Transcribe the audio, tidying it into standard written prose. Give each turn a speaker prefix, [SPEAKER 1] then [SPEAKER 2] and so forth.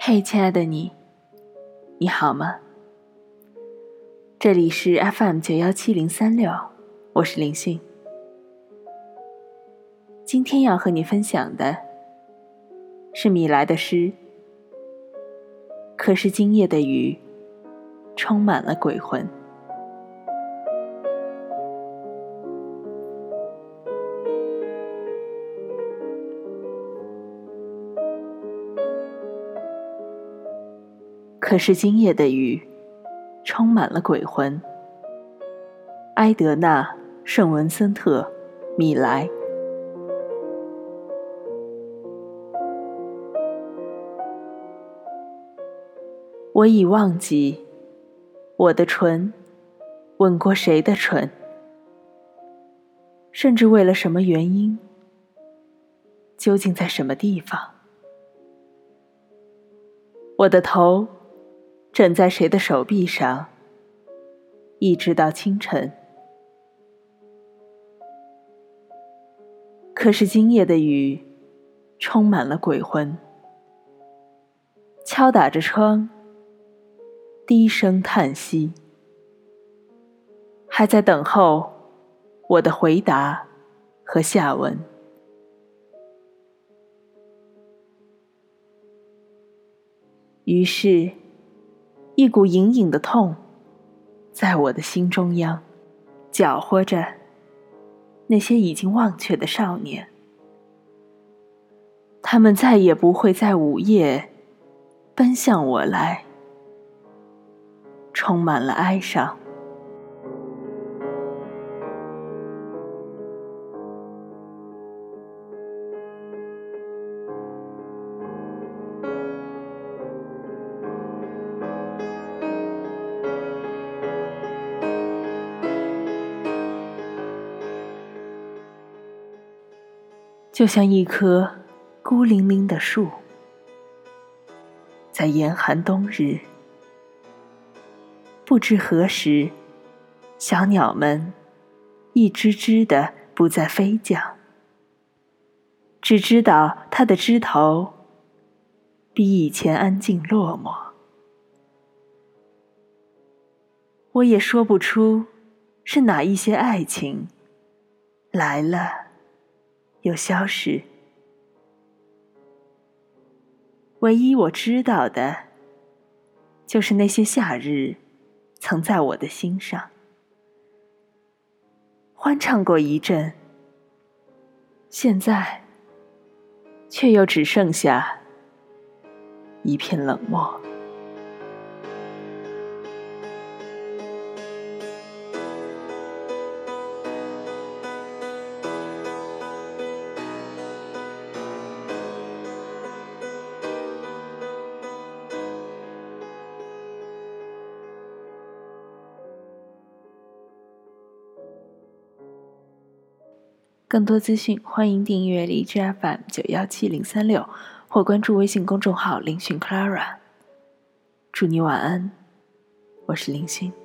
[SPEAKER 1] 嘿，亲爱的你，你好吗？这里是 FM917036，我是林讯。今天要和你分享的是米莱的诗，可是今夜的雨充满了鬼魂。可是今夜的雨充满了鬼魂。埃德纳·圣文森特·米莱。我已忘记我的唇吻过谁的唇，甚至为了什么原因，究竟在什么地方。我的头枕在谁的手臂上，一直到清晨。可是今夜的雨充满了鬼魂，敲打着窗，低声叹息，还在等候我的回答和下文。于是一股隐隐的痛在我的心中央搅和着那些已经忘却的少年，他们再也不会在午夜奔向我来，充满了哀伤。就像一棵孤零零的树，在严寒冬日，不知何时，小鸟们一只只的不再飞降，只知道它的枝头比以前安静落寞。我也说不出是哪一些爱情来了又消失，唯一我知道的就是那些夏日曾在我的心上欢唱过一阵，现在却又只剩下一片冷漠。更多资讯，欢迎订阅荔枝 FM917036或关注微信公众号林讯 Clara。祝你晚安，我是林讯。